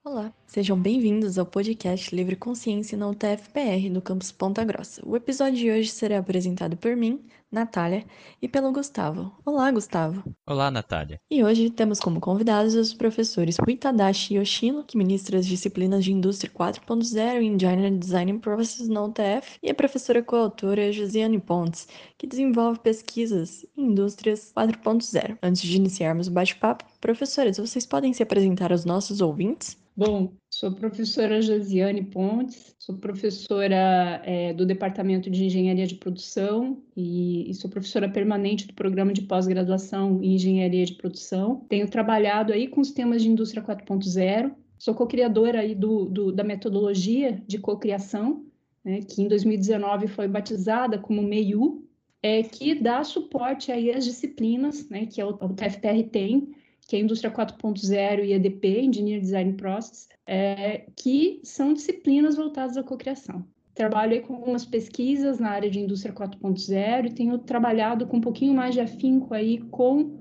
Olá, sejam bem-vindos ao podcast Livre Consciência na UTF-PR no campus Ponta Grossa. O episódio de hoje será apresentado por mim, Natália, e pelo Gustavo. Olá, Gustavo! Olá, Natália. E hoje temos como convidados os professores Rui Tadashi Yoshino, que ministra as disciplinas de Indústria 4.0 e Engineering Design Process na UTF, e a professora coautora Josiane Pontes, que desenvolve pesquisas em Indústrias 4.0. Antes de iniciarmos o bate-papo, professores, vocês podem se apresentar aos nossos ouvintes? Bom, sou professora Josiane Pontes, sou professora do Departamento de Engenharia de Produção e sou professora permanente do Programa de Pós-Graduação em Engenharia de Produção. Tenho trabalhado aí com os temas de Indústria 4.0, sou co-criadora aí da metodologia de cocriação, né, que em 2019 foi batizada como MEIU, que dá suporte aí às disciplinas, né, que o TFPR tem, que é a Indústria 4.0 e EDP, Engineering Design Process, que são disciplinas voltadas à cocriação. Trabalho aí com algumas pesquisas na área de Indústria 4.0 e tenho trabalhado com um pouquinho mais de afinco aí com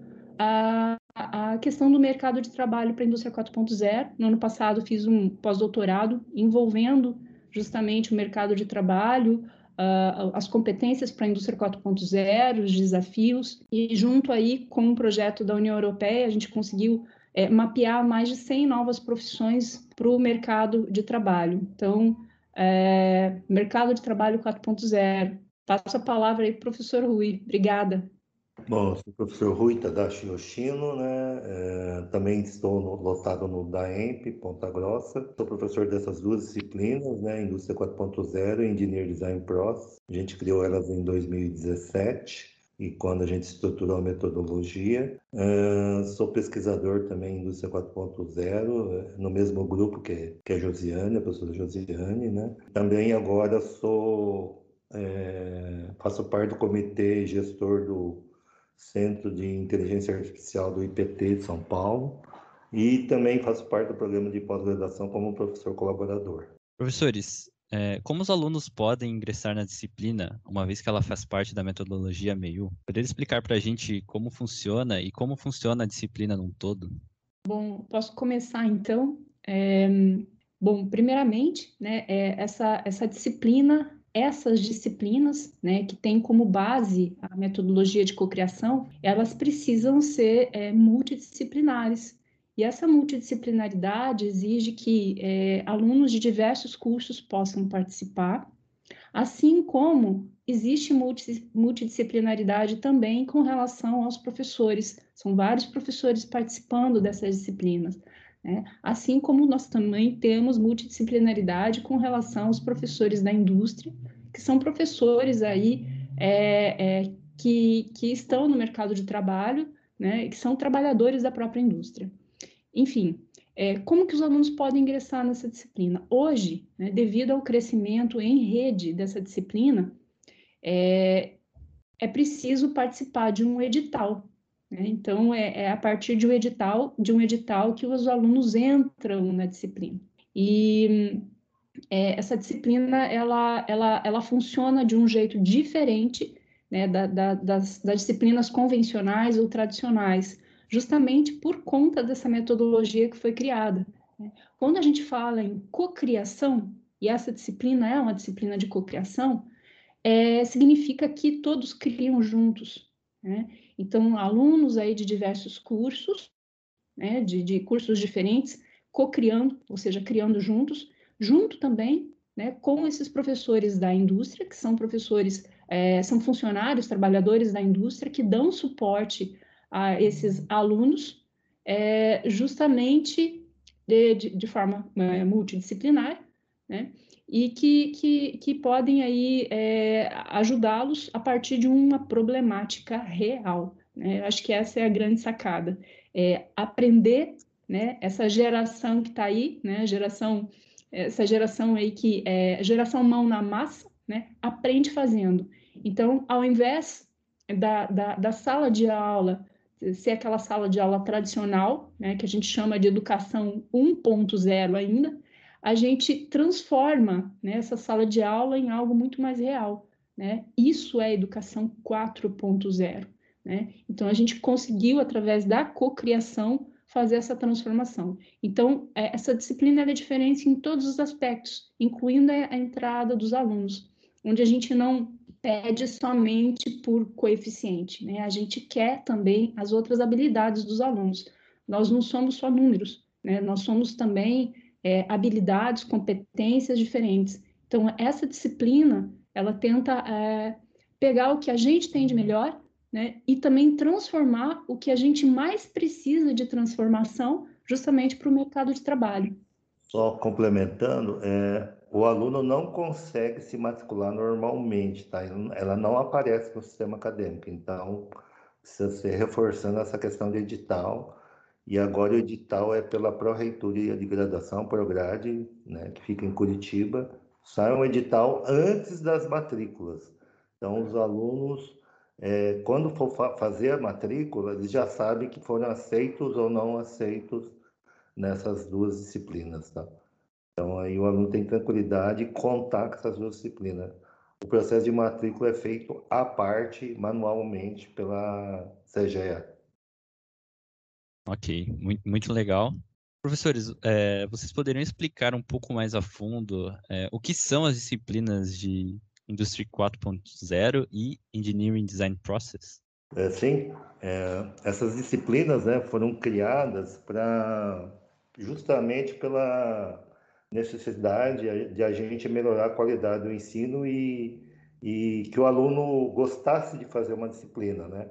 a questão do mercado de trabalho para a Indústria 4.0. No ano passado fiz um pós-doutorado envolvendo justamente o mercado de trabalho, as competências para a indústria 4.0, os desafios, e junto aí com um projeto da União Europeia, a gente conseguiu mapear mais de 100 novas profissões para o mercado de trabalho. Então, mercado de trabalho 4.0. Passo a palavra aí para o professor Rui. Obrigada. Bom, sou o professor Rui Tadashi Yoshino, né? Também estou lotado no DAEMP, Ponta Grossa. Sou professor dessas duas disciplinas, né? Indústria 4.0 e Engineering Design Process. A gente criou elas em 2017 e quando a gente estruturou a metodologia. Sou pesquisador também em Indústria 4.0, no mesmo grupo que a Josiane, a professora Josiane, né? Também agora faço parte do comitê gestor do Centro de Inteligência Artificial do IPT de São Paulo, e também faço parte do programa de pós-graduação como professor colaborador. Professores, como os alunos podem ingressar na disciplina, uma vez que ela faz parte da metodologia MEIU? Poderia explicar para a gente como funciona e como funciona a disciplina num todo? Bom, posso começar então? Bom, primeiramente, né, essa disciplina, essas disciplinas, né, que têm como base a metodologia de cocriação, elas precisam ser multidisciplinares. E essa multidisciplinaridade exige que alunos de diversos cursos possam participar, assim como existe multidisciplinaridade também com relação aos professores. São vários professores participando dessas disciplinas, né? Assim como nós também temos multidisciplinaridade com relação aos professores da indústria, que são professores aí que estão no mercado de trabalho, né? E que são trabalhadores da própria indústria. Enfim, como que os alunos podem ingressar nessa disciplina? Hoje, né, devido ao crescimento em rede dessa disciplina, é preciso participar de um edital, né? Então, a partir de um edital que os alunos entram na disciplina. E essa disciplina, ela funciona de um jeito diferente, né, das disciplinas convencionais ou tradicionais, justamente por conta dessa metodologia que foi criada, né? Quando a gente fala em cocriação, e essa disciplina é uma disciplina de cocriação, significa que todos criam juntos, né? Então, alunos aí de diversos cursos, né, de cursos diferentes, co-criando, ou seja, criando juntos, junto também, né, com esses professores da indústria, que são professores, são funcionários, trabalhadores da indústria, que dão suporte a esses alunos, justamente de forma multidisciplinar, né, e que podem aí ajudá-los a partir de uma problemática real, né? Eu acho que essa é a grande sacada. Aprender, né, essa geração que está aí, né, essa geração aí que é geração mão na massa, né, aprende fazendo. Então, ao invés da sala de aula ser aquela sala de aula tradicional, né, que a gente chama de educação 1.0 ainda, a gente transforma, né, essa sala de aula em algo muito mais real, né? Isso é educação 4.0. Né? Então, a gente conseguiu, através da cocriação, fazer essa transformação. Então, essa disciplina ela é diferente em todos os aspectos, incluindo a entrada dos alunos, onde a gente não pede somente por coeficiente, né? A gente quer também as outras habilidades dos alunos. Nós não somos só números, né? Nós somos também habilidades, competências diferentes. Então, essa disciplina, ela tenta pegar o que a gente tem de melhor, né? E também transformar o que a gente mais precisa de transformação justamente para o mercado de trabalho. Só complementando, o aluno não consegue se matricular normalmente, tá? Ela não aparece no sistema acadêmico, então precisa ser reforçando essa questão de edital. E agora o edital é pela Pró-Reitoria de Graduação, Prograde, né, que fica em Curitiba. Sai um edital antes das matrículas. Então, os alunos, quando for fazer a matrícula, eles já sabem que foram aceitos ou não aceitos nessas duas disciplinas, tá? Então, aí o aluno tem tranquilidade e contar com essas duas disciplinas. O processo de matrícula é feito à parte, manualmente, pela CGEA. Ok, muito legal. Professores, vocês poderiam explicar um pouco mais a fundo o que são as disciplinas de Indústria 4.0 e Engineering Design Process? Sim, essas disciplinas, né, foram criadas justamente pela necessidade de a gente melhorar a qualidade do ensino e que o aluno gostasse de fazer uma disciplina, né?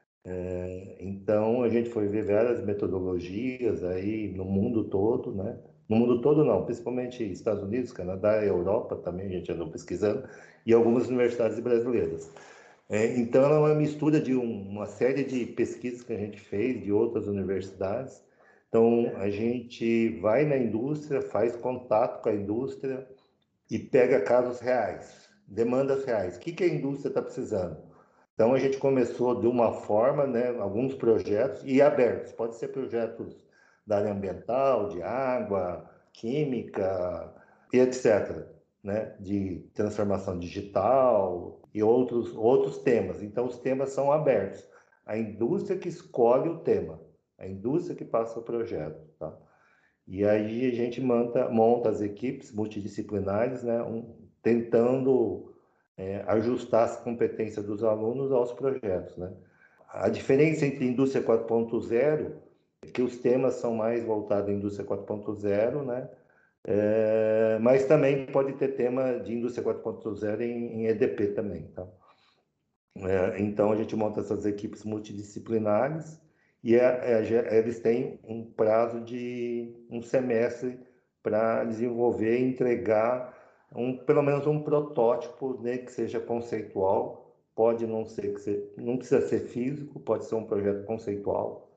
Então, a gente foi ver várias metodologias aí no mundo todo, né? No mundo todo não, principalmente Estados Unidos, Canadá, Europa também, a gente andou pesquisando, e algumas universidades brasileiras. Então, ela é uma mistura de uma série de pesquisas que a gente fez de outras universidades. Então, a gente vai na indústria, faz contato com a indústria e pega casos reais, demandas reais. O que a indústria está precisando? Então, a gente começou de uma forma, né, alguns projetos, e abertos. Pode ser projetos da área ambiental, de água, química, e etc., né, de transformação digital e outros temas. Então, os temas são abertos. A indústria que escolhe o tema, a indústria que passa o projeto, tá? E aí a gente monta as equipes multidisciplinares, né, tentando ajustar as competências dos alunos aos projetos, né? A diferença entre indústria 4.0 é que os temas são mais voltados à indústria 4.0, né? Mas também pode ter tema de indústria 4.0 em EDP também, tá? Então a gente monta essas equipes multidisciplinares e eles têm um prazo de um semestre para desenvolver e entregar pelo menos um protótipo, né, que seja conceitual. Pode não ser não precisa ser físico, pode ser um projeto conceitual.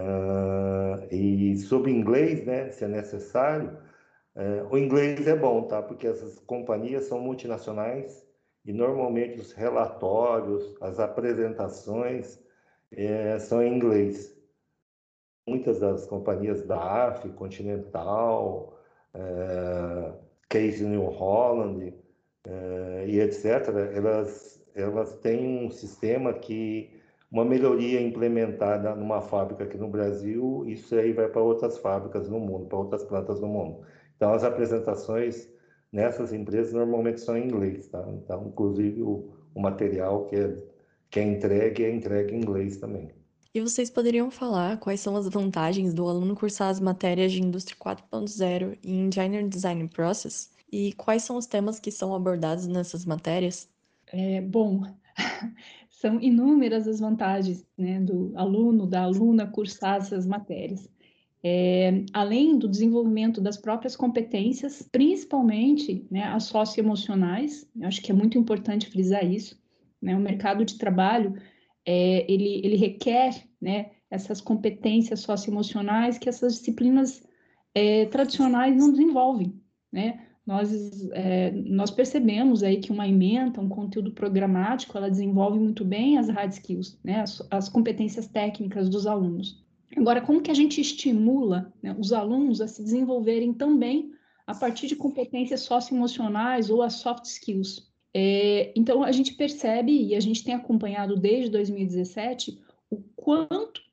E sobre inglês, né, se é necessário, o inglês é bom, tá? Porque essas companhias são multinacionais e normalmente os relatórios, as apresentações são em inglês. Muitas das companhias da AF, Continental, Case New Holland e etc., elas têm um sistema que uma melhoria implementada numa fábrica aqui no Brasil, isso aí vai para outras fábricas no mundo, para outras plantas no mundo. Então, as apresentações nessas empresas normalmente são em inglês, tá? Então, inclusive, o material que é entregue em inglês também. E vocês poderiam falar quais são as vantagens do aluno cursar as matérias de Indústria 4.0 e Engineering Design Process? E quais são os temas que são abordados nessas matérias? Bom, são inúmeras as vantagens, né, do aluno, da aluna cursar essas matérias. Além do desenvolvimento das próprias competências, principalmente, né, as socioemocionais, eu acho que é muito importante frisar isso, né, o mercado de trabalho, ele requer, né, essas competências socioemocionais que essas disciplinas tradicionais não desenvolvem, né? Nós percebemos aí que uma ementa, um conteúdo programático, ela desenvolve muito bem as hard skills, né, as competências técnicas dos alunos. Agora, como que a gente estimula, né, os alunos a se desenvolverem também a partir de competências socioemocionais ou as soft skills? Então, a gente percebe, e a gente tem acompanhado desde 2017, o quanto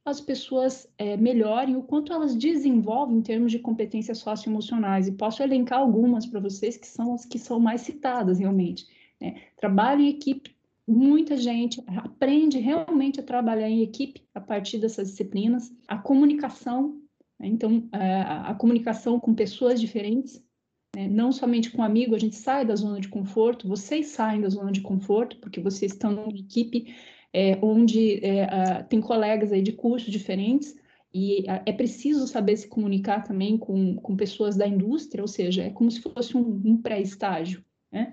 as pessoas melhorem, o quanto elas desenvolvem em termos de competências socioemocionais. E posso elencar algumas para vocês que são as que são mais citadas realmente, né? Trabalho em equipe, muita gente aprende realmente a trabalhar em equipe a partir dessas disciplinas. A comunicação, né? Então, a comunicação com pessoas diferentes, né? Não somente com amigo, a gente sai da zona de conforto, vocês saem da zona de conforto, porque vocês estão numa equipe onde tem colegas aí de cursos diferentes, e é preciso saber se comunicar também com pessoas da indústria, ou seja, é como se fosse um pré-estágio, né?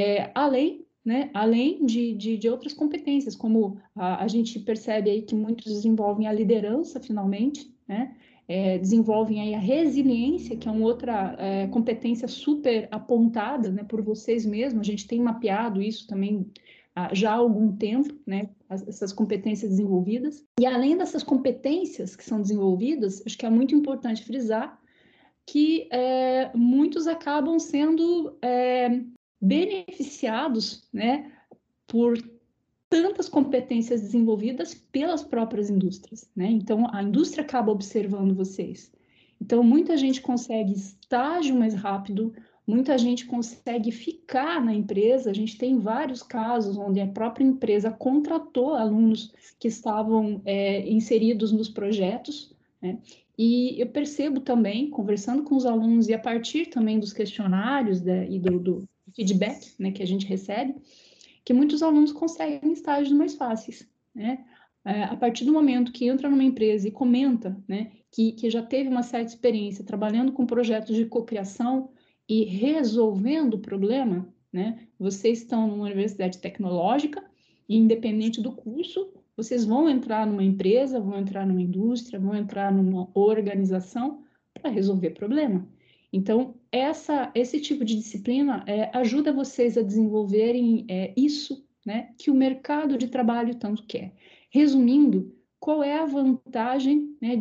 Além de outras competências, como a gente percebe aí que muitos desenvolvem a liderança, finalmente, né? Desenvolvem aí a resiliência, que é uma outra competência super apontada, né, por vocês mesmos. A gente tem mapeado isso também já há algum tempo, né, essas competências desenvolvidas. E além dessas competências que são desenvolvidas, acho que é muito importante frisar que muitos acabam sendo beneficiados, né, por tantas competências desenvolvidas pelas próprias indústrias, né? Então, a indústria acaba observando vocês. Então, muita gente consegue estágio mais rápido, muita gente consegue ficar na empresa. A gente tem vários casos onde a própria empresa contratou alunos que estavam inseridos nos projetos, né? E eu percebo também, conversando com os alunos e a partir também dos questionários e do feedback, né, que a gente recebe, que muitos alunos conseguem estágios mais fáceis, né? A partir do momento que entra numa empresa e comenta, né, que já teve uma certa experiência trabalhando com projetos de cocriação e resolvendo o problema, né? Vocês estão numa universidade tecnológica e independente do curso, vocês vão entrar numa empresa, vão entrar numa indústria, vão entrar numa organização para resolver problema. Então, esse tipo de disciplina ajuda vocês a desenvolverem isso, né, que o mercado de trabalho tanto quer. Resumindo, qual é a vantagem, né,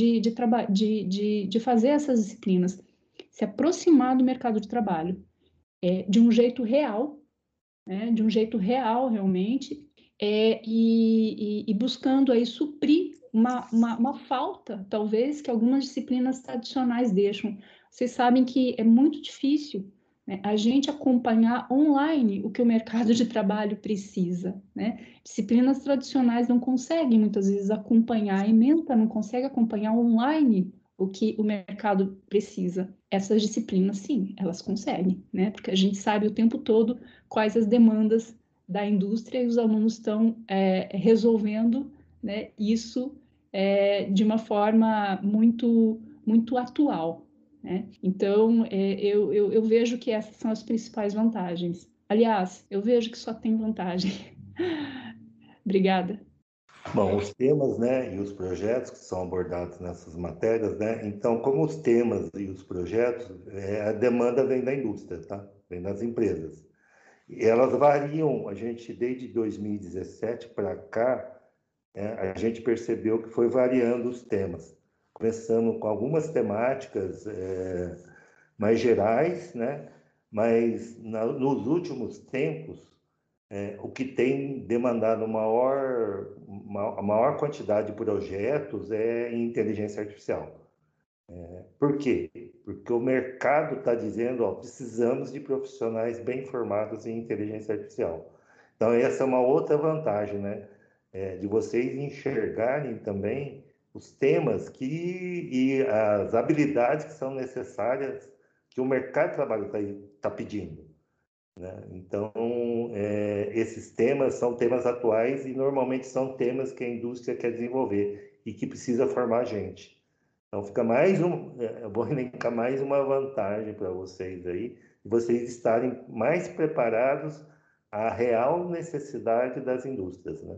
de fazer essas disciplinas? Se aproximar do mercado de trabalho de um jeito real, né, de um jeito real realmente, e buscando aí suprir uma falta, talvez, que algumas disciplinas tradicionais deixam. Vocês sabem que é muito difícil, né, a gente acompanhar online o que o mercado de trabalho precisa, né? Disciplinas tradicionais não conseguem, muitas vezes, acompanhar, a ementa não consegue acompanhar online o que o mercado precisa. Essas disciplinas, sim, elas conseguem, né? Porque a gente sabe o tempo todo quais as demandas da indústria e os alunos estão resolvendo, né, isso de uma forma muito, muito atual, né? Então, eu vejo que essas são as principais vantagens. Aliás, eu vejo que só tem vantagem. Obrigada. Bom, os temas, né, e os projetos que são abordados nessas matérias, né, então, como os temas e os projetos, a demanda vem da indústria, tá? Vem das empresas. E elas variam, a gente, desde 2017 para cá, a gente percebeu que foi variando os temas, começando com algumas temáticas mais gerais, né, mas nos últimos tempos, o que tem demandado a maior quantidade de projetos é em inteligência artificial. Por quê? Porque o mercado está dizendo, ó, precisamos de profissionais bem formados em inteligência artificial. Então, essa é uma outra vantagem, né? De vocês enxergarem também os temas e as habilidades que são necessárias que o mercado de trabalho está pedindo, né? Então, esses temas são temas atuais e normalmente são temas que a indústria quer desenvolver e que precisa formar gente. Então, fica eu vou elencar mais uma vantagem para vocês aí, de vocês estarem mais preparados à real necessidade das indústrias, né?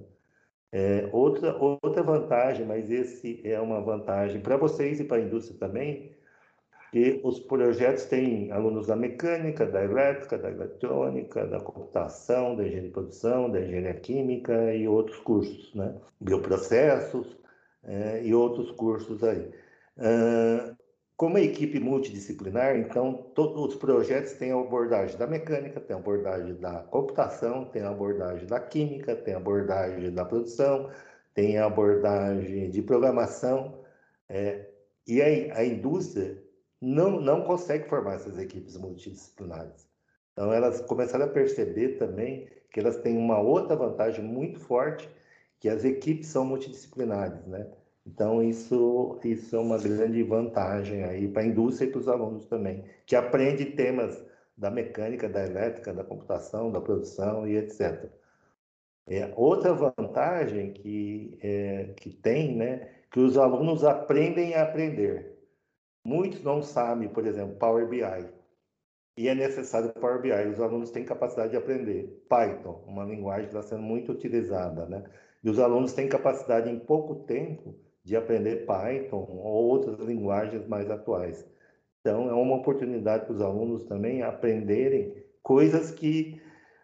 Outra vantagem, mas esse é uma vantagem para vocês e para a indústria também, que os projetos têm alunos da mecânica, da elétrica, da eletrônica, da computação, da engenharia de produção, da engenharia química e outros cursos, né? Bioprocessos e outros cursos aí. Como a equipe multidisciplinar, então, todos os projetos têm a abordagem da mecânica, tem a abordagem da computação, tem a abordagem da química, tem a abordagem da produção, tem a abordagem de programação, e a indústria não consegue formar essas equipes multidisciplinares. Então, elas começaram a perceber também que elas têm uma outra vantagem muito forte, que as equipes são multidisciplinares, né? Então, isso é uma grande vantagem aí para a indústria e para os alunos também, que aprendem temas da mecânica, da elétrica, da computação, da produção e etc. Outra vantagem que tem, né, que os alunos aprendem a aprender. Muitos não sabem, por exemplo, Power BI. E é necessário Power BI. Os alunos têm capacidade de aprender Python, uma linguagem que está sendo muito utilizada, né? E os alunos têm capacidade, em pouco tempo, de aprender Python ou outras linguagens mais atuais. Então, é uma oportunidade para os alunos também aprenderem coisas que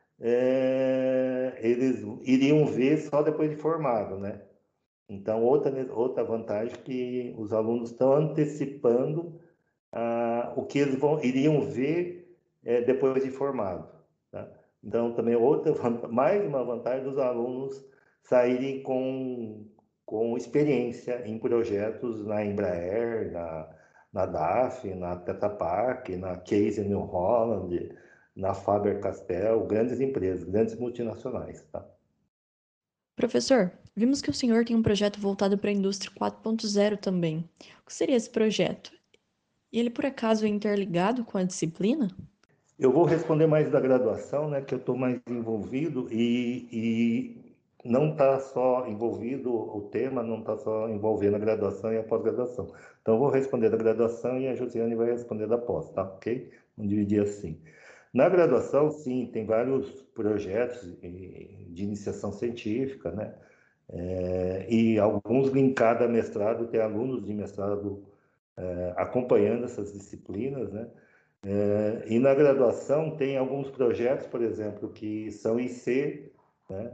eles iriam ver só depois de formado, né? Então, outra vantagem é que os alunos estão antecipando o que eles iriam ver depois de formado. Tá? Então, também mais uma vantagem dos alunos saírem com experiência em projetos na Embraer, na DAF, na Tetra Pak, na Case New Holland, na Faber-Castell, grandes empresas, grandes multinacionais. Tá? Professor, vimos que o senhor tem um projeto voltado para a indústria 4.0 também. O que seria esse projeto? E ele, por acaso, é interligado com a disciplina? Eu vou responder mais da graduação, né, que eu estou mais envolvido e não está só envolvido, o tema não está só envolvendo a graduação e a pós-graduação. Então, eu vou responder da graduação e a Josiane vai responder da pós, tá? Ok? Vamos dividir assim. Na graduação, sim, tem vários projetos de iniciação científica, né? E alguns linkados a mestrado, tem alunos de mestrado acompanhando essas disciplinas, né? E na graduação tem alguns projetos, por exemplo, que são IC, né?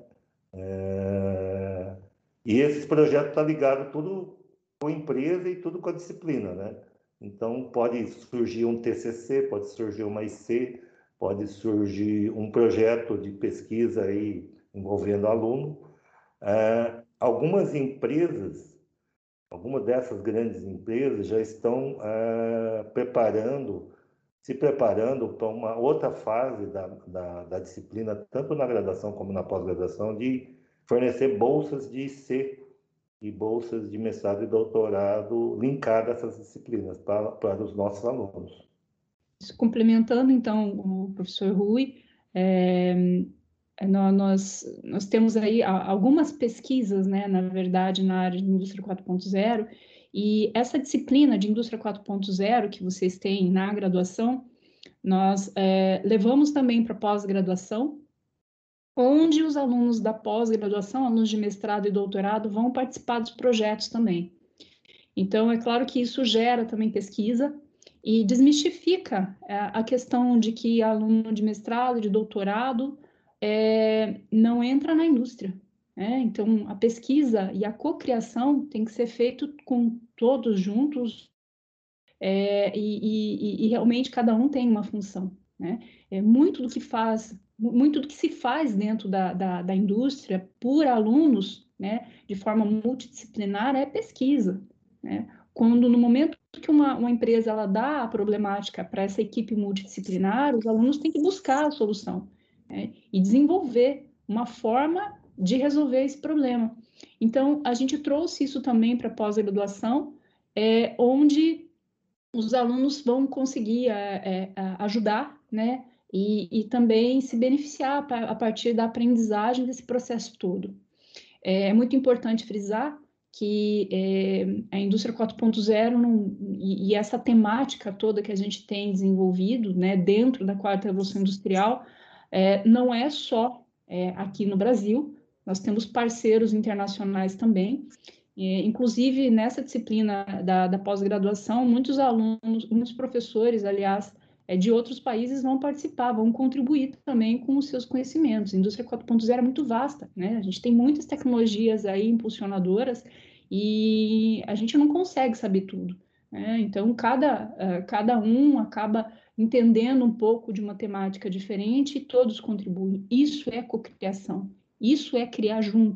E esses projetos estão ligados tudo com a empresa e tudo com a disciplina, né? Então, pode surgir um TCC, pode surgir uma IC, pode surgir um projeto de pesquisa aí envolvendo aluno. Algumas empresas, algumas dessas grandes empresas já estão se preparando para uma outra fase da disciplina, tanto na graduação como na pós-graduação, de fornecer bolsas de IC e bolsas de mestrado e doutorado linkadas a essas disciplinas para os nossos alunos. Complementando, então, o professor Rui, nós temos aí algumas pesquisas, né, na verdade, na área de indústria 4.0, e essa disciplina de indústria 4.0 que vocês têm na graduação, nós levamos também para pós-graduação, onde os alunos da pós-graduação, alunos de mestrado e doutorado, vão participar dos projetos também. Então, é claro que isso gera também pesquisa e desmistifica a questão de que aluno de mestrado, de doutorado, não entra na indústria. Então, a pesquisa e a cocriação tem que ser feito com todos juntos e realmente cada um tem uma função. Né? Muito do que se faz dentro da indústria por alunos, né, de forma multidisciplinar, é pesquisa. Né? Quando no momento que uma empresa ela dá a problemática para essa equipe multidisciplinar, os alunos têm que buscar a solução, né, e desenvolver uma forma de resolver esse problema. Então, a gente trouxe isso também para a pós-graduação, onde os alunos vão conseguir ajudar, né, e também se beneficiar a partir da aprendizagem desse processo todo. É muito importante frisar que a indústria 4.0 e essa temática toda que a gente tem desenvolvido, né, dentro da quarta revolução industrial, não é só aqui no Brasil, nós temos parceiros internacionais também. Inclusive, nessa disciplina da pós-graduação, muitos alunos, muitos professores, aliás, de outros países vão participar, vão contribuir também com os seus conhecimentos. A indústria 4.0 é muito vasta, né? A gente tem muitas tecnologias aí impulsionadoras e a gente não consegue saber tudo, né? Então, cada um acaba entendendo um pouco de uma temática diferente e todos contribuem. Isso é cocriação, isso é criar junto.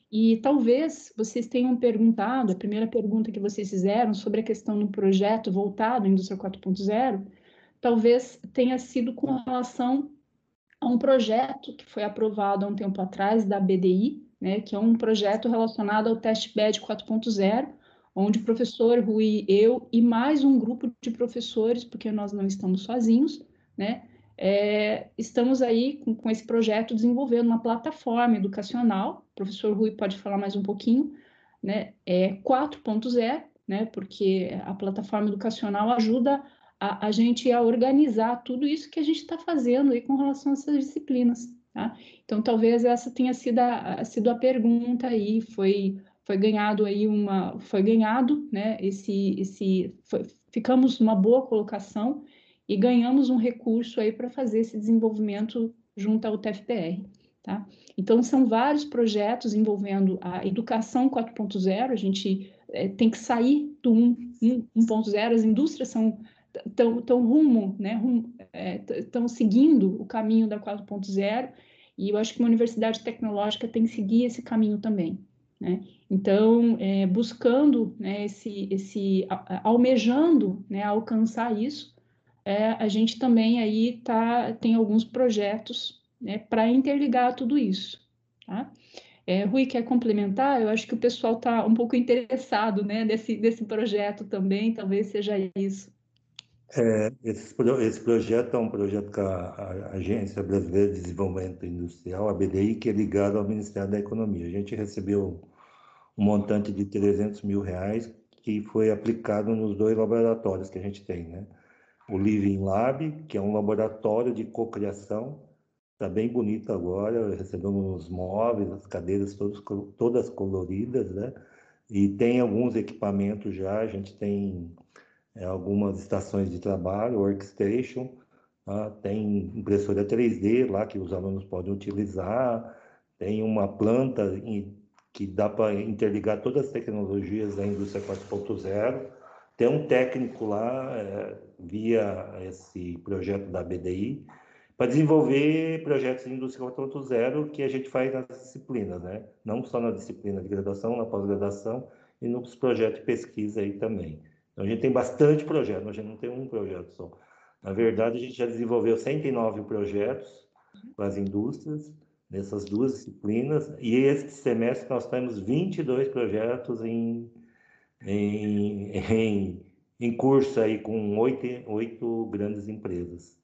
E talvez vocês tenham perguntado, a primeira pergunta que vocês fizeram sobre a questão do projeto voltado à indústria 4.0, talvez tenha sido com relação a um projeto que foi aprovado há um tempo atrás da BDI, né, que é um projeto relacionado ao TestBed 4.0, onde o professor Rui, eu e mais um grupo de professores, porque nós não estamos sozinhos, né, estamos aí com esse projeto desenvolvendo uma plataforma educacional. O professor Rui pode falar mais um pouquinho, né, 4.0, né, porque a plataforma educacional ajuda a gente a organizar tudo isso que a gente está fazendo aí com relação a essas disciplinas, tá? Então, talvez essa tenha sido a pergunta aí, foi ganhado aí foi ganhado, né, ficamos numa boa colocação e ganhamos um recurso aí para fazer esse desenvolvimento junto ao TFPR, tá? Então, são vários projetos envolvendo a educação 4.0, a gente tem que sair do 1.0, as indústrias estão rumo, né, estão seguindo o caminho da 4.0, e eu acho que uma universidade tecnológica tem que seguir esse caminho também, né? Então, buscando, né, almejando, né, alcançar isso, a gente também aí tem alguns projetos, né, para interligar tudo isso, tá? Rui, quer complementar? Eu acho que o pessoal está um pouco interessado, né, desse projeto também, talvez seja isso. Esse projeto é um projeto que a Agência Brasileira de Desenvolvimento Industrial, a BDI, que é ligado ao Ministério da Economia. A gente recebeu um montante de R$300 mil que foi aplicado nos 2 laboratórios que a gente tem, né? O Living Lab, que é um laboratório de cocriação, está bem bonito agora, recebemos os móveis, as cadeiras todas coloridas, né? E tem alguns equipamentos já, a gente tem algumas estações de trabalho, workstation, tá? Tem impressora 3D lá que os alunos podem utilizar, tem uma planta que dá para interligar todas as tecnologias da indústria 4.0, tem um técnico lá, via esse projeto da BDI, para desenvolver projetos de indústria 4.0 que a gente faz nas disciplinas, né? Não só na disciplina de graduação, na pós-graduação e nos projetos de pesquisa aí também. Então, a gente tem bastante projeto, a gente não tem um projeto só. Na verdade, a gente já desenvolveu 109 projetos para as indústrias, nessas 2 disciplinas, e este semestre nós temos 22 projetos em curso aí com 8 grandes empresas.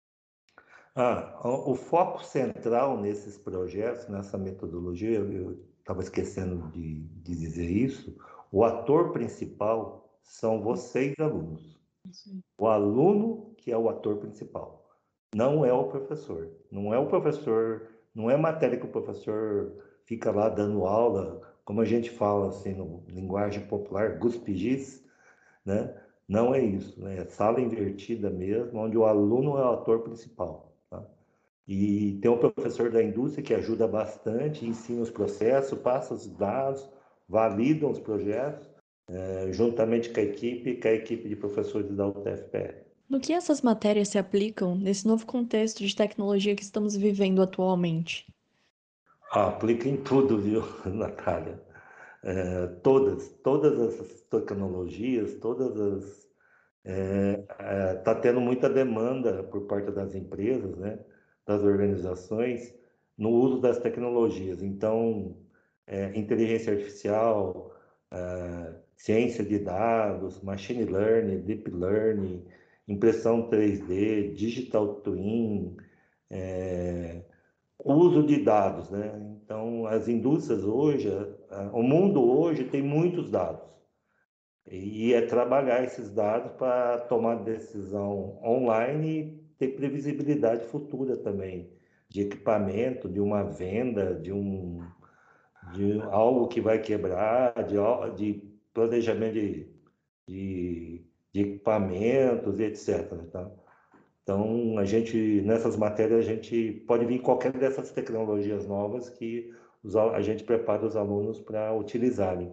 O foco central nesses projetos, nessa metodologia, eu estava esquecendo de dizer isso, o ator principal são vocês, alunos. O aluno que é o ator principal, não é o professor. Não é o professor, não é matéria que o professor fica lá dando aula, como a gente fala assim, no linguagem popular, guspigis, né? Não é isso, né? É sala invertida mesmo, onde o aluno é o ator principal, tá? E tem um professor da indústria que ajuda bastante, ensina os processos, passa os dados, valida os projetos, juntamente com a equipe de professores da UTFPR. No que essas matérias se aplicam nesse novo contexto de tecnologia que estamos vivendo atualmente? Aplica em tudo, viu, Natália? Todas essas tecnologias, está tendo muita demanda por parte das empresas, né, das organizações, no uso das tecnologias. Então, inteligência artificial, ciência de dados, machine learning, deep learning, impressão 3D, digital twin, uso de dados, né? Então, as indústrias hoje, o mundo hoje tem muitos dados. E é trabalhar esses dados para tomar decisão online e ter previsibilidade futura também, de equipamento, de uma venda, de algo que vai quebrar, de planejamento de equipamentos e etc. Tá? Então, nessas matérias, a gente pode vir qualquer dessas tecnologias novas que a gente prepara os alunos para utilizarem.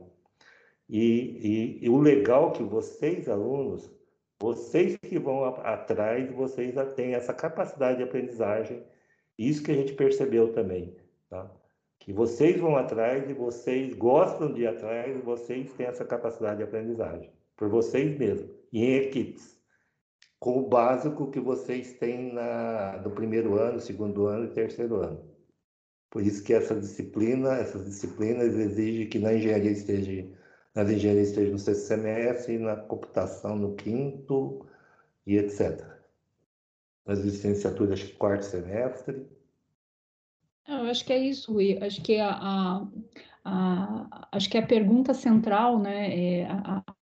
E o legal é que vocês, alunos, vocês que vão atrás, vocês têm essa capacidade de aprendizagem, isso que a gente percebeu também, tá? que vocês vão atrás e vocês gostam de ir atrás e vocês têm essa capacidade de aprendizagem, por vocês mesmos, e em equipes, com o básico que vocês têm do primeiro ano, segundo ano e terceiro ano. Por isso que essas disciplinas exigem que nas engenharias estejam no sexto semestre, na computação no quinto e etc. Nas licenciaturas, quarto semestre. Eu acho que é isso, Rui. Acho que acho que a pergunta central, né, é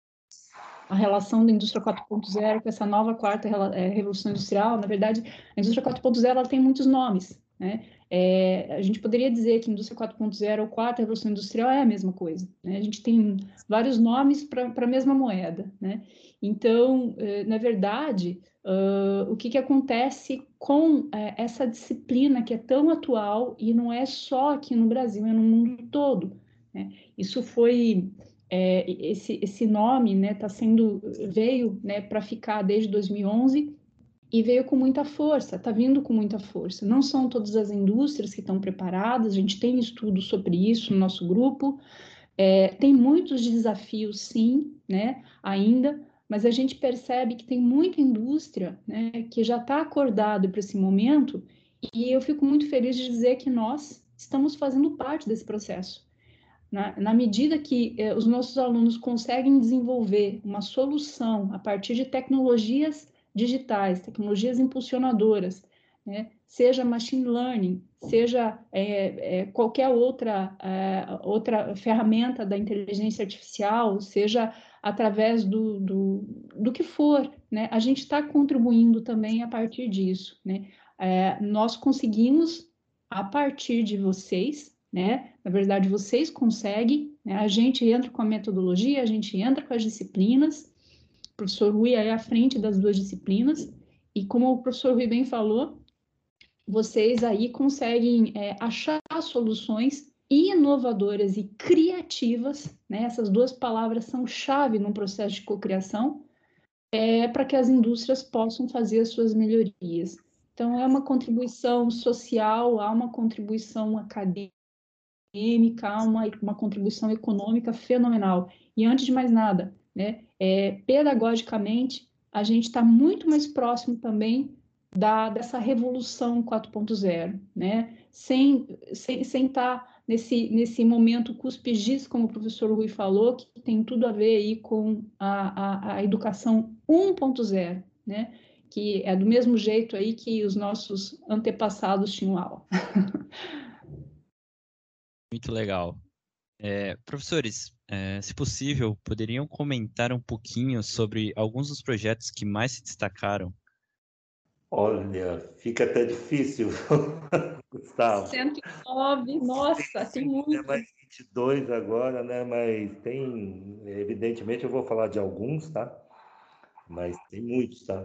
a relação da indústria 4.0 com essa nova quarta revolução industrial. Na verdade, a indústria 4.0 ela tem muitos nomes, né? A gente poderia dizer que a indústria 4.0 ou quarta revolução industrial é a mesma coisa, né? A gente tem vários nomes para a mesma moeda, né? Então, na verdade, o que acontece com essa disciplina que é tão atual e não é só aqui no Brasil, é no mundo todo, né? Isso foi esse nome, né, veio, né, para ficar desde 2011 e veio com muita força, está vindo com muita força. Não são todas as indústrias que estão preparadas, a gente tem estudos sobre isso no nosso grupo, tem muitos desafios, sim, né, ainda, mas a gente percebe que tem muita indústria, né, que já está acordado para esse momento, e eu fico muito feliz de dizer que nós estamos fazendo parte desse processo. Na medida que os nossos alunos conseguem desenvolver uma solução a partir de tecnologias digitais, tecnologias impulsionadoras, né? Seja machine learning, seja qualquer outra ferramenta da inteligência artificial, seja através do que for, né? A gente está contribuindo também a partir disso, né? Nós conseguimos, a partir de vocês, né? Na verdade, vocês conseguem, né? A gente entra com a metodologia, a gente entra com as disciplinas, o professor Rui é à frente das duas disciplinas, e como o professor Rui bem falou, vocês aí conseguem achar soluções inovadoras e criativas, né? Essas duas palavras são chave no processo de cocriação, para que as indústrias possam fazer as suas melhorias. Então, é uma contribuição social, há uma contribuição acadêmica, uma contribuição econômica fenomenal. E antes de mais nada, né, pedagogicamente, a gente está muito mais próximo também dessa revolução 4.0, né? Sem estar nesse momento cuspigis, como o professor Rui falou, que tem tudo a ver aí com a educação 1.0, né? Que é do mesmo jeito aí que os nossos antepassados tinham aula. Muito legal. Professores, se possível, poderiam comentar um pouquinho sobre alguns dos projetos que mais se destacaram? Olha, fica até difícil, Gustavo. 109, nossa, tem muito. É mais 22 agora, né? Mas evidentemente eu vou falar de alguns, tá? Mas tem muitos, tá?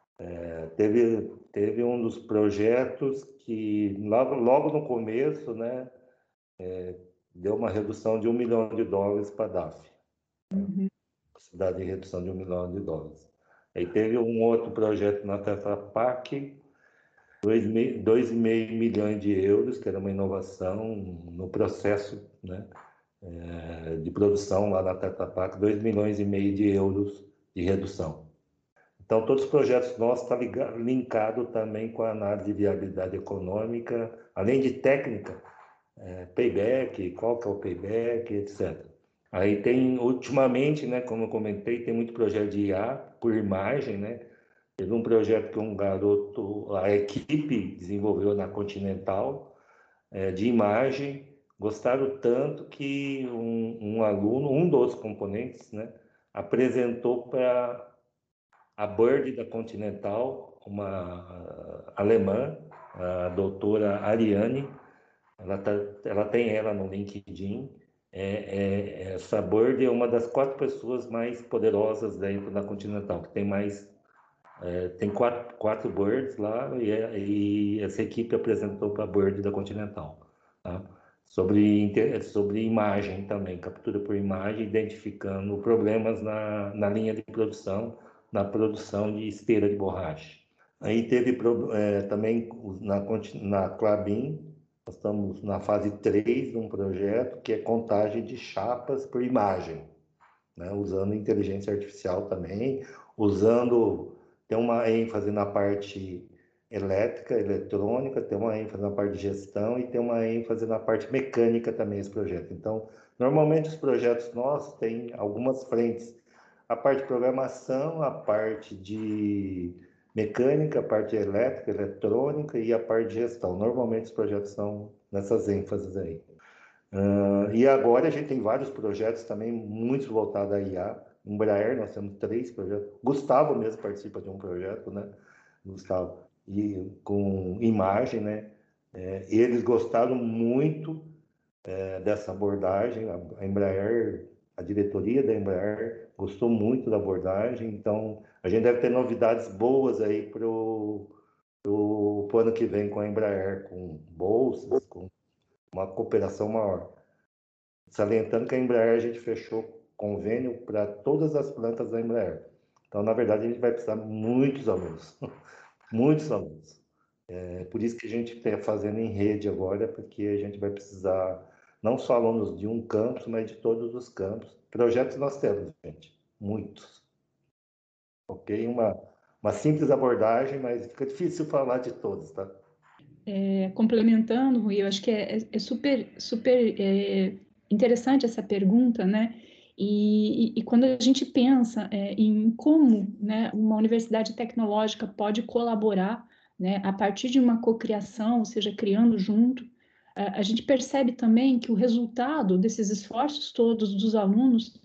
Teve um dos projetos que logo no começo, né? Deu uma redução de $1 milhão para a DAF. Possibilidade de redução de $1 milhão. Aí teve um outro projeto na Tetra Pak, 2,5 milhões de euros, que era uma inovação no processo, né, de produção lá na Tetra Pak, 2,5 milhões de euros de redução. Então, todos os projetos nossos estão linkados também com a análise de viabilidade econômica, além de técnica, payback, qual que é o payback, etc. Aí tem, ultimamente, né, como eu comentei, tem muito projeto de IA por imagem, né? Teve um projeto que um garoto, a equipe desenvolveu na Continental, de imagem, gostaram tanto que um aluno, um dos componentes, né, apresentou para a Bird da Continental, uma alemã, a doutora Ariane, ela tem ela no LinkedIn. Essa Bird é uma das 4 pessoas mais poderosas dentro da Continental, que tem mais tem quatro birds lá e essa equipe apresentou para a Bird da Continental, tá? Sobre imagem também, captura por imagem, identificando problemas na linha de produção, na produção de esteira de borracha. Aí teve também na Klabin, Nós estamos na fase 3 de um projeto que é contagem de chapas por imagem, né? Usando inteligência artificial também, tem uma ênfase na parte elétrica, eletrônica, tem uma ênfase na parte de gestão e tem uma ênfase na parte mecânica também esse projeto. Então, normalmente os projetos nossos têm algumas frentes, a parte de programação, a parte de mecânica, a parte elétrica, eletrônica e a parte de gestão. Normalmente os projetos são nessas ênfases aí. E agora a gente tem vários projetos também, muitos voltados à IA. Embraer, nós temos 3 projetos. Gustavo mesmo participa de um projeto, né? Gustavo, e com imagem, né? Eles gostaram muito dessa abordagem. A Embraer, a diretoria da Embraer gostou muito da abordagem. Então, a gente deve ter novidades boas aí para o ano que vem com a Embraer, com bolsas, com uma cooperação maior. Salientando que a Embraer, a gente fechou convênio para todas as plantas da Embraer. Então, na verdade, a gente vai precisar de muitos alunos, muitos alunos. É por isso que a gente está fazendo em rede agora, porque a gente vai precisar não só alunos de um campus, mas de todos os campos. Projetos nós temos, gente, muitos. Ok? Uma simples abordagem, mas fica difícil falar de todos, tá? Complementando, Rui, eu acho que é super interessante essa pergunta, né? E quando a gente pensa em como, né, uma universidade tecnológica pode colaborar, né, a partir de uma cocriação, ou seja, criando junto, a gente percebe também que o resultado desses esforços todos dos alunos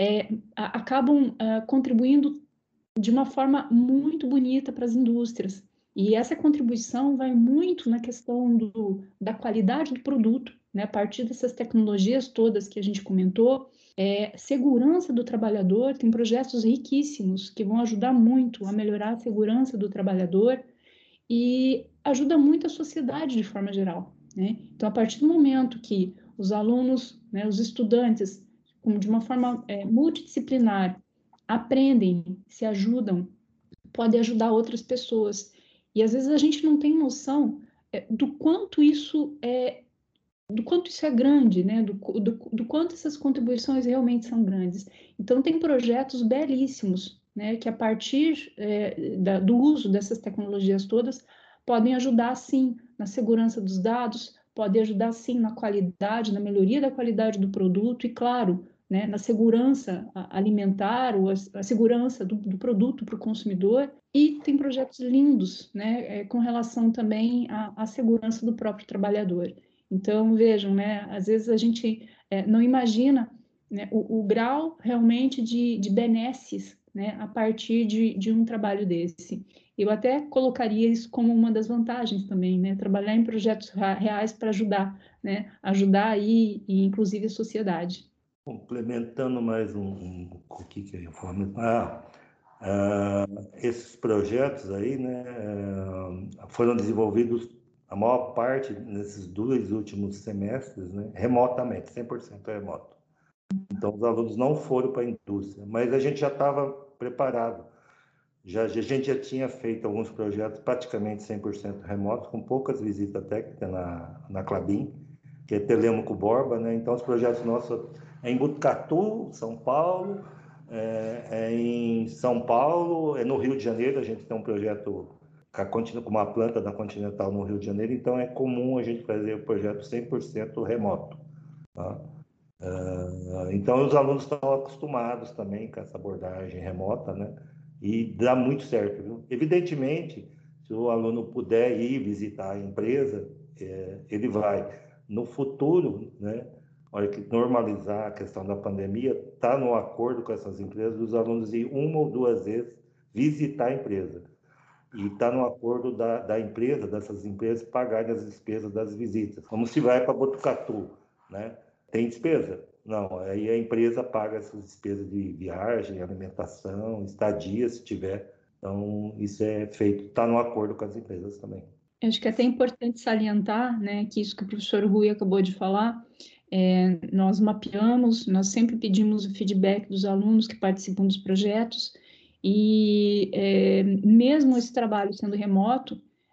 acabam contribuindo de uma forma muito bonita para as indústrias. E essa contribuição vai muito na questão da qualidade do produto, né? A partir dessas tecnologias todas que a gente comentou, segurança do trabalhador, tem projetos riquíssimos que vão ajudar muito a melhorar a segurança do trabalhador e ajuda muito a sociedade de forma geral, né? Então, a partir do momento que os alunos, né, os estudantes, de uma forma multidisciplinar, aprendem, se ajudam, podem ajudar outras pessoas. E às vezes a gente não tem noção do quanto isso é grande, né? Do quanto essas contribuições realmente são grandes. Então tem projetos belíssimos, né? Que a partir do uso dessas tecnologias todas podem ajudar sim na segurança dos dados, podem ajudar sim na qualidade, na melhoria da qualidade do produto e claro, né, na segurança alimentar ou a segurança do produto para o consumidor. E tem projetos lindos, né, com relação também à segurança do próprio trabalhador. Então, vejam, né, às vezes a gente não imagina, né, o grau realmente de benesses, né, a partir de um trabalho desse. Eu até colocaria isso como uma das vantagens também, né, trabalhar em projetos reais para ajudar, né, ajudar aí, e inclusive a sociedade. Complementando mais o que eu ia falar. Esses projetos aí, né, foram desenvolvidos, a maior parte, nesses 2 últimos semestres, né, remotamente, 100% remoto. Então, os alunos não foram para a indústria, mas a gente já estava preparado. A gente já tinha feito alguns projetos praticamente 100% remotos, com poucas visitas técnicas na Klabin, que é Telêmaco Borba, né? Então, os projetos nossos é em Botucatu, São Paulo, em São Paulo, no Rio de Janeiro, a gente tem um projeto com uma planta da Continental no Rio de Janeiro, então é comum a gente fazer o projeto 100% remoto. Tá? Então, os alunos estão acostumados também com essa abordagem remota, né? E dá muito certo, viu? Evidentemente, se o aluno puder ir visitar a empresa, ele vai. No futuro, né? Olha que normalizar a questão da pandemia, está no acordo com essas empresas, os alunos ir 1 ou 2 vezes visitar a empresa. E está no acordo da empresa, dessas empresas, pagarem as despesas das visitas. Como se vai para Botucatu, né? Tem despesa? Não, aí a empresa paga essas despesas de viagem, alimentação, estadia, se tiver. Então, isso é feito, está no acordo com as empresas também. Acho que é até importante salientar, né, que isso que o professor Rui acabou de falar, nós mapeamos, nós sempre pedimos o feedback dos alunos que participam dos projetos, e mesmo esse trabalho sendo remoto,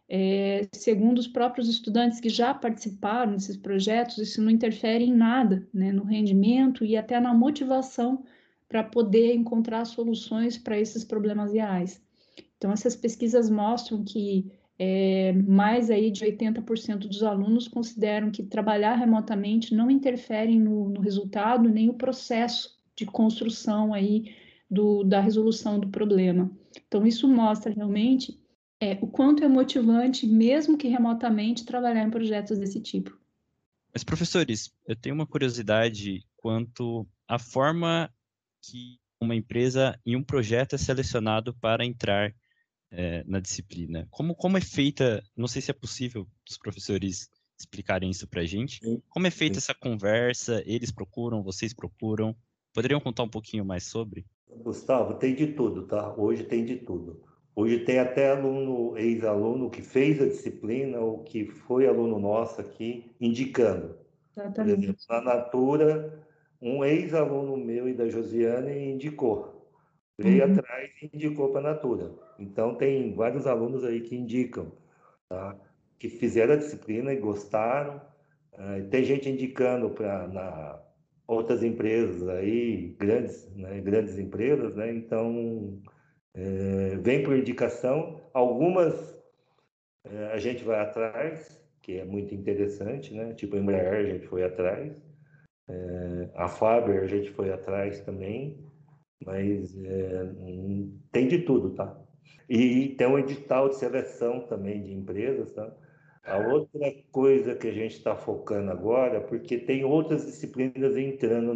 segundo os próprios estudantes que já participaram desses projetos, isso não interfere em nada, né, no rendimento e até na motivação para poder encontrar soluções para esses problemas reais. Então, essas pesquisas mostram que mais aí de 80% dos alunos consideram que trabalhar remotamente não interfere no resultado, nem o processo de construção aí da resolução do problema. Então, isso mostra realmente o quanto é motivante, mesmo que remotamente, trabalhar em projetos desse tipo. Mas, professores, eu tenho uma curiosidade quanto à forma que uma empresa em um projeto é selecionado para entrar na disciplina. Como é feita, não sei se é possível os professores explicarem isso para a gente, como é feita essa conversa, eles procuram, vocês procuram, poderiam contar um pouquinho mais sobre? Gustavo, tem de tudo, tá? Hoje tem de tudo. Hoje tem até aluno, ex-aluno que fez a disciplina ou que foi aluno nosso aqui, indicando. Exatamente. Por exemplo, na Natura, um ex-aluno meu e da Josiane indicou. Veio atrás e indicou para a Natura. Então, tem vários alunos aí que indicam, tá? Que fizeram a disciplina e gostaram. Tem gente indicando para outras empresas aí, grandes empresas, né? Então, vem por indicação. Algumas a gente vai atrás, que é muito interessante, né? Tipo a Embraer, a gente foi atrás. A Faber, a gente foi atrás também. Mas tem de tudo, tá? E tem um edital de seleção também de empresas, tá? A outra coisa que a gente está focando agora, porque tem outras disciplinas entrando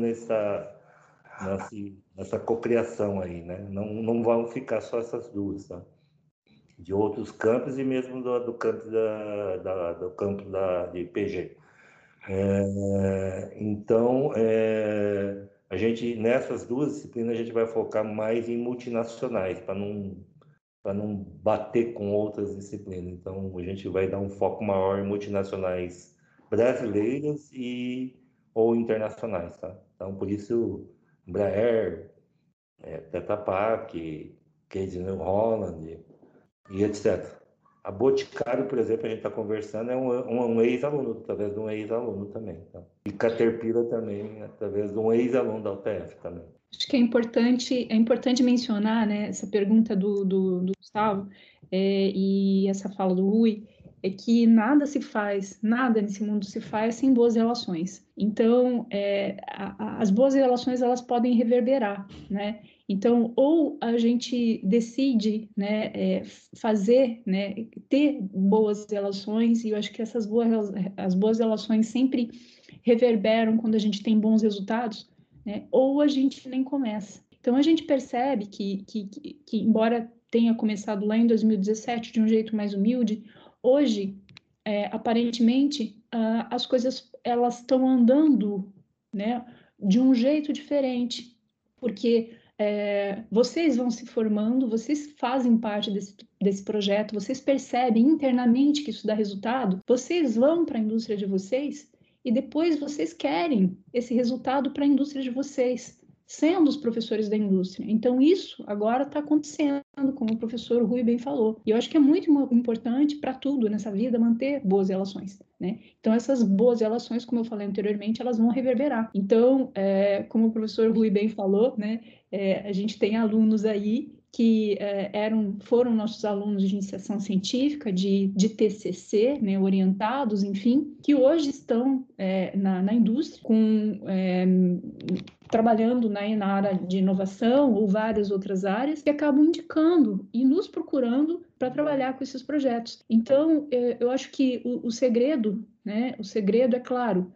nessa cocriação aí, né? Não vão ficar só essas duas, tá? De outros campos e mesmo do campus do campus de PG. Então, a gente, nessas duas disciplinas, a gente vai focar mais em multinacionais, para não bater com outras disciplinas. Então, a gente vai dar um foco maior em multinacionais brasileiras ou internacionais, tá? Então, por isso, Embraer, Tetra Pak, Case New Holland e etc. A Boticário, por exemplo, a gente está conversando, é um ex-aluno, através de um ex-aluno também. Tá? E Caterpillar também, através de um ex-aluno da UTF também. Acho que é importante mencionar, né, essa pergunta do Gustavo e essa fala do Rui, é que nada nesse mundo se faz sem boas relações. Então, as boas relações, elas podem reverberar, né? Então, ou a gente decide, né, fazer, né, ter boas relações, e eu acho que as boas relações sempre reverberam quando a gente tem bons resultados, né, ou a gente nem começa. Então, a gente percebe que embora tenha começado lá em 2017 de um jeito mais humilde, hoje, aparentemente, as coisas elas estão andando, né, de um jeito diferente, porque vocês vão se formando, vocês fazem parte desse projeto, vocês percebem internamente que isso dá resultado, vocês vão para a indústria de vocês e depois vocês querem esse resultado para a indústria de vocês, sendo os professores da indústria. Então, isso agora está acontecendo, como o professor Rui bem falou. E eu acho que é muito importante para tudo nessa vida manter boas relações, né? Então, essas boas relações, como eu falei anteriormente, elas vão reverberar. Então, como o professor Rui bem falou, né, a gente tem alunos aí que foram nossos alunos de iniciação científica, de TCC, né, orientados, enfim, que hoje estão na indústria, trabalhando na área de inovação ou várias outras áreas, que acabam indicando e nos procurando para trabalhar com esses projetos. Então, eu acho que o segredo, né, o segredo é claro,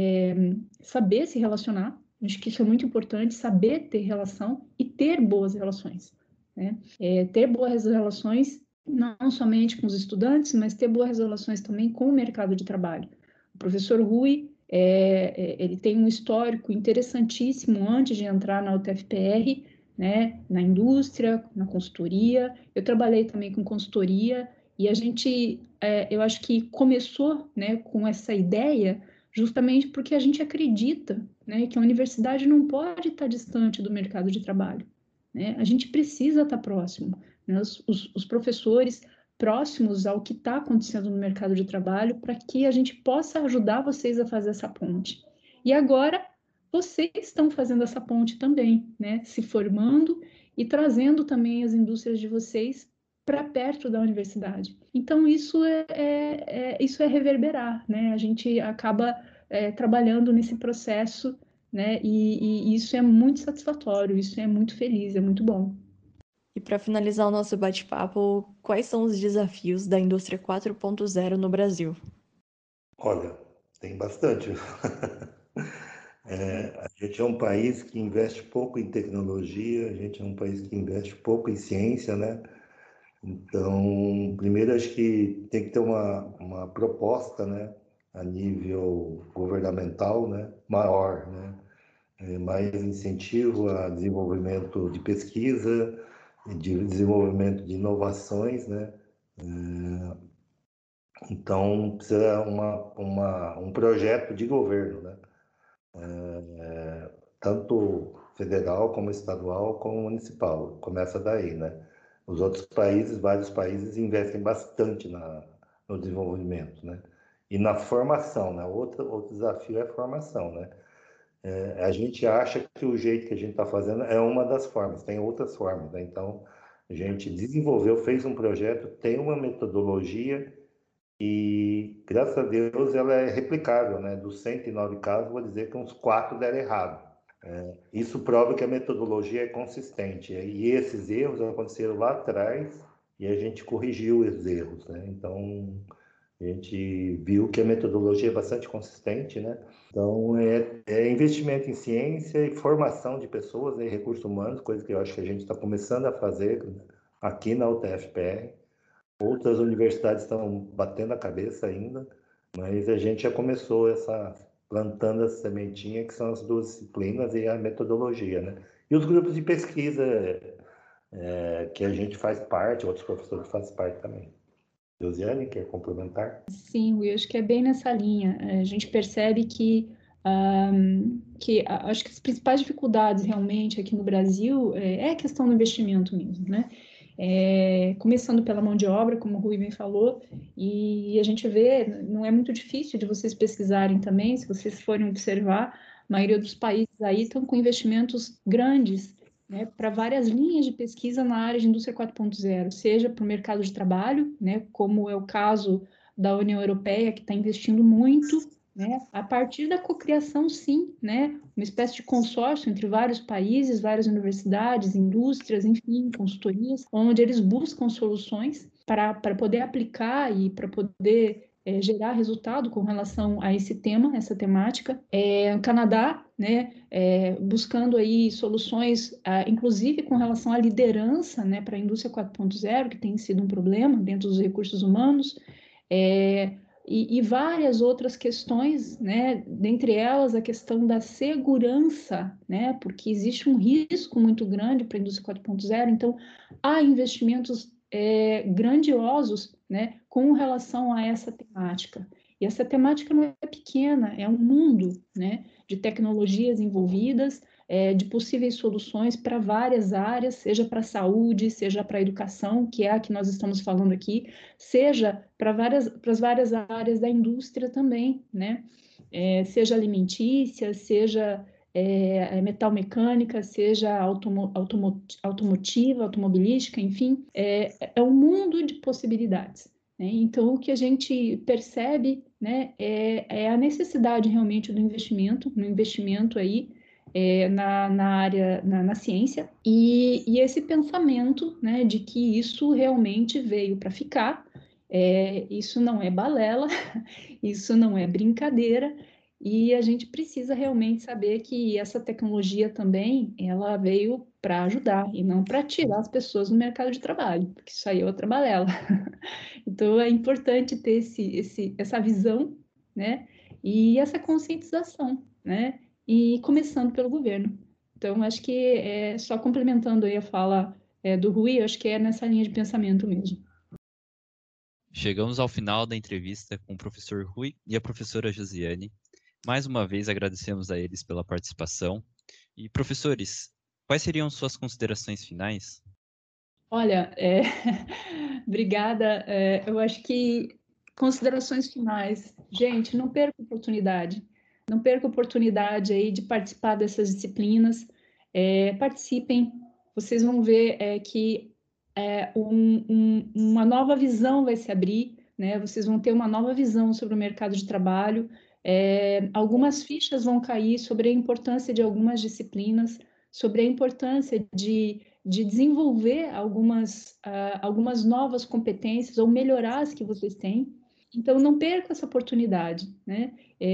saber se relacionar. Acho que isso é muito importante, saber ter relação e ter boas relações. Né? Ter boas relações, não somente com os estudantes, mas ter boas relações também com o mercado de trabalho. O professor Rui, ele tem um histórico interessantíssimo antes de entrar na UTFPR, né? Na indústria, na consultoria. Eu trabalhei também com consultoria e a gente, eu acho que começou, né, com essa ideia justamente porque a gente acredita, né, que a universidade não pode estar distante do mercado de trabalho. Né? A gente precisa estar próximo. Né? Os professores próximos ao que está acontecendo no mercado de trabalho para que a gente possa ajudar vocês a fazer essa ponte. E agora, vocês estão fazendo essa ponte também, né? Se formando e trazendo também as indústrias de vocês para perto da universidade. Então, isso é reverberar, né? A gente acaba trabalhando nesse processo, né? E isso é muito satisfatório, isso é muito feliz, é muito bom. E para finalizar o nosso bate-papo, quais são os desafios da indústria 4.0 no Brasil? Olha, tem bastante. A gente é um país que investe pouco em tecnologia, a gente é um país que investe pouco em ciência, né? Então, primeiro acho que tem que ter uma proposta, né, a nível governamental, né, maior, né? Mais incentivo a desenvolvimento de pesquisa, de desenvolvimento de inovações, né? Então, precisa um projeto de governo, né? Tanto federal como estadual como municipal. Começa daí, né? Os outros países, vários países, investem bastante no desenvolvimento, né? E na formação, né? Outro desafio é a formação, né? A gente acha que o jeito que a gente está fazendo é uma das formas, tem outras formas, né? Então, a gente desenvolveu, fez um projeto, tem uma metodologia e, graças a Deus, ela é replicável, né? Dos 109 casos, vou dizer que uns 4 deram errado. Isso prova que a metodologia é consistente. E esses erros aconteceram lá atrás e a gente corrigiu os erros, né? Então, a gente viu que a metodologia é bastante consistente, né? Então, é investimento em ciência e formação de pessoas, né, recursos humanos, coisa que eu acho que a gente está começando a fazer aqui na UTF-PR. Outras universidades estão batendo a cabeça ainda, mas a gente já começou plantando essa sementinha, que são as duas disciplinas e a metodologia, né? E os grupos de pesquisa que a gente faz parte, outros professores fazem parte também. Josiane, quer complementar? Sim, eu acho que é bem nessa linha. A gente percebe que acho que as principais dificuldades realmente aqui no Brasil é a questão do investimento mesmo, né? Começando pela mão de obra, como o Rui bem falou, e a gente vê, não é muito difícil de vocês pesquisarem também, se vocês forem observar, a maioria dos países aí estão com investimentos grandes, né, para várias linhas de pesquisa na área de indústria 4.0, seja para o mercado de trabalho, né, como é o caso da União Europeia, que está investindo muito, né, a partir da cocriação, sim, né, uma espécie de consórcio entre vários países, várias universidades, indústrias, enfim, consultorias, onde eles buscam soluções para poder aplicar e para poder gerar resultado com relação a esse tema, essa temática. O Canadá, né, buscando aí soluções, inclusive com relação à liderança, né, para a indústria 4.0, que tem sido um problema dentro dos recursos humanos, e várias outras questões, né, dentre elas a questão da segurança, né, porque existe um risco muito grande para a indústria 4.0, então há investimentos grandiosos, né, com relação a essa temática. E essa temática não é pequena, é um mundo, né, de tecnologias envolvidas, de possíveis soluções para várias áreas, seja para a saúde, seja para a educação, que é a que nós estamos falando aqui, seja para as várias áreas da indústria também, né? Seja alimentícia, seja metal mecânica, seja automotiva, automobilística, enfim, é um mundo de possibilidades. Né? Então, o que a gente percebe, né, é a necessidade realmente do investimento, no investimento aí na área, na ciência, e esse pensamento, né, de que isso realmente veio para ficar, isso não é balela, isso não é brincadeira, e a gente precisa realmente saber que essa tecnologia também, ela veio para ajudar e não para tirar as pessoas do mercado de trabalho, porque isso aí é outra balela. Então, é importante ter essa visão, né, e essa conscientização, né, e começando pelo governo. Então, acho que só complementando aí a fala do Rui, acho que é nessa linha de pensamento mesmo. Chegamos ao final da entrevista com o professor Rui e a professora Josiane. Mais uma vez agradecemos a eles pela participação. E, professores, quais seriam suas considerações finais? Olha, obrigada. Eu acho que considerações finais. Gente, não perca a oportunidade. Não perca a oportunidade aí de participar dessas disciplinas. Participem. Vocês vão ver que uma nova visão vai se abrir, né? Vocês vão ter uma nova visão sobre o mercado de trabalho. Algumas fichas vão cair sobre a importância de algumas disciplinas, sobre a importância de desenvolver algumas novas competências ou melhorar as que vocês têm. Então, não perca essa oportunidade, né?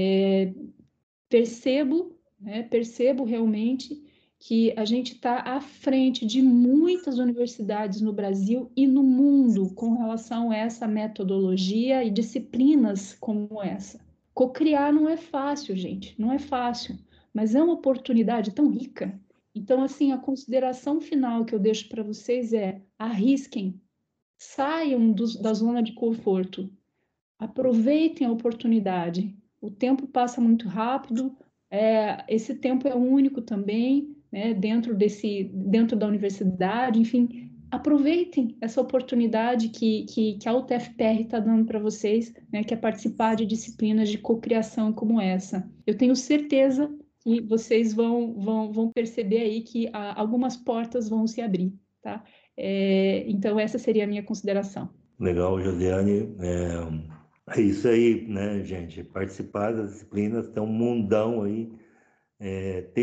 Percebo realmente que a gente está à frente de muitas universidades no Brasil e no mundo com relação a essa metodologia e disciplinas como essa. Cocriar não é fácil, gente, não é fácil, mas é uma oportunidade tão rica. Então, assim, a consideração final que eu deixo para vocês é: arrisquem, saiam da zona de conforto, aproveitem a oportunidade. O tempo passa muito rápido, esse tempo é único também, né, dentro da universidade, enfim, aproveitem essa oportunidade que a UTFPR está dando para vocês, né, que é participar de disciplinas de cocriação como essa. Eu tenho certeza que vocês vão perceber aí que algumas portas vão se abrir, tá? Então, essa seria a minha consideração. Legal, Josiane. É isso aí, né, gente? Participar das disciplinas, tem um mundão aí, tem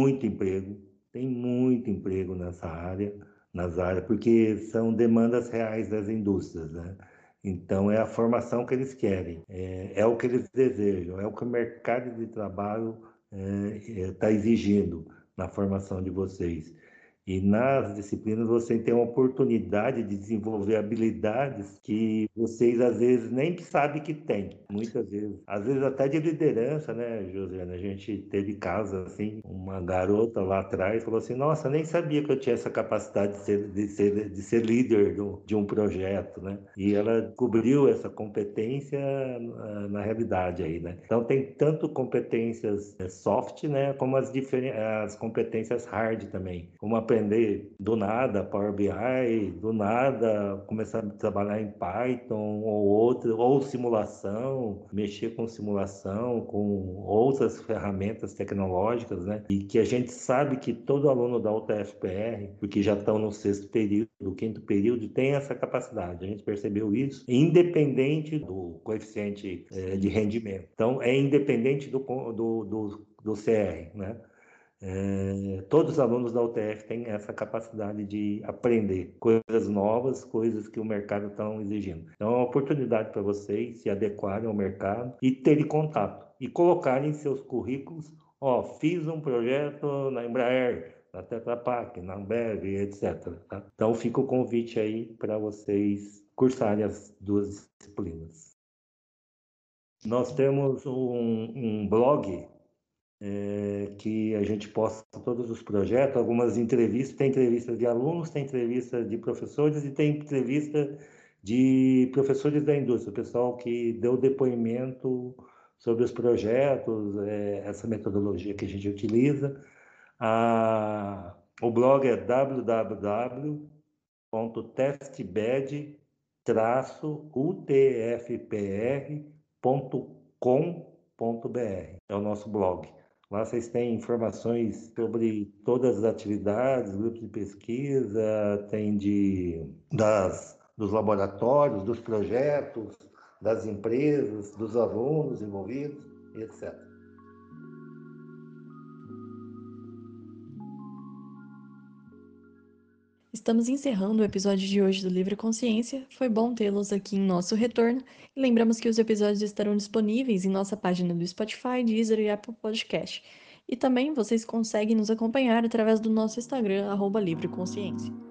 muito emprego nas áreas, porque são demandas reais das indústrias, né? Então, é a formação que eles querem, é o que eles desejam, é o que o mercado de trabalho está exigindo na formação de vocês. E nas disciplinas você tem a oportunidade de desenvolver habilidades que vocês às vezes nem sabem que tem, muitas vezes. Às vezes até de liderança, né, Josiana? A gente teve casos assim, uma garota lá atrás falou assim: nossa, nem sabia que eu tinha essa capacidade de ser líder de um projeto, né? E ela descobriu essa competência na realidade aí, né? Então tem tanto competências soft, né, como as competências hard também, como aprender do nada Power BI, do nada começar a trabalhar em Python ou simulação, mexer com simulação, com outras ferramentas tecnológicas, né? E que a gente sabe que todo aluno da UTFPR, porque já estão no 6º período, no 5º período, tem essa capacidade. A gente percebeu isso, independente do coeficiente de rendimento. Então, é independente do CR, né? Todos os alunos da UTF têm essa capacidade de aprender coisas novas, coisas que o mercado está exigindo. Então, é uma oportunidade para vocês se adequarem ao mercado e terem contato e colocarem em seus currículos: fiz um projeto na Embraer, na Tetra Pak, na Ambev, etc. Tá? Então, fica o convite aí para vocês cursarem as duas disciplinas. Nós temos um blog que a gente posta todos os projetos, algumas entrevistas, tem entrevistas de alunos, tem entrevistas de professores e tem entrevista de professores da indústria, o pessoal que deu depoimento sobre os projetos, essa metodologia que a gente utiliza. O blog é www.testbed-utfpr.com.br, é o nosso blog. Lá vocês têm informações sobre todas as atividades, grupos de pesquisa, tem dos laboratórios, dos projetos, das empresas, dos alunos envolvidos, etc. Estamos encerrando o episódio de hoje do Livre Consciência. Foi bom tê-los aqui em nosso retorno. E lembramos que os episódios estarão disponíveis em nossa página do Spotify, Deezer e Apple Podcast. E também vocês conseguem nos acompanhar através do nosso Instagram, @LivreConsciência.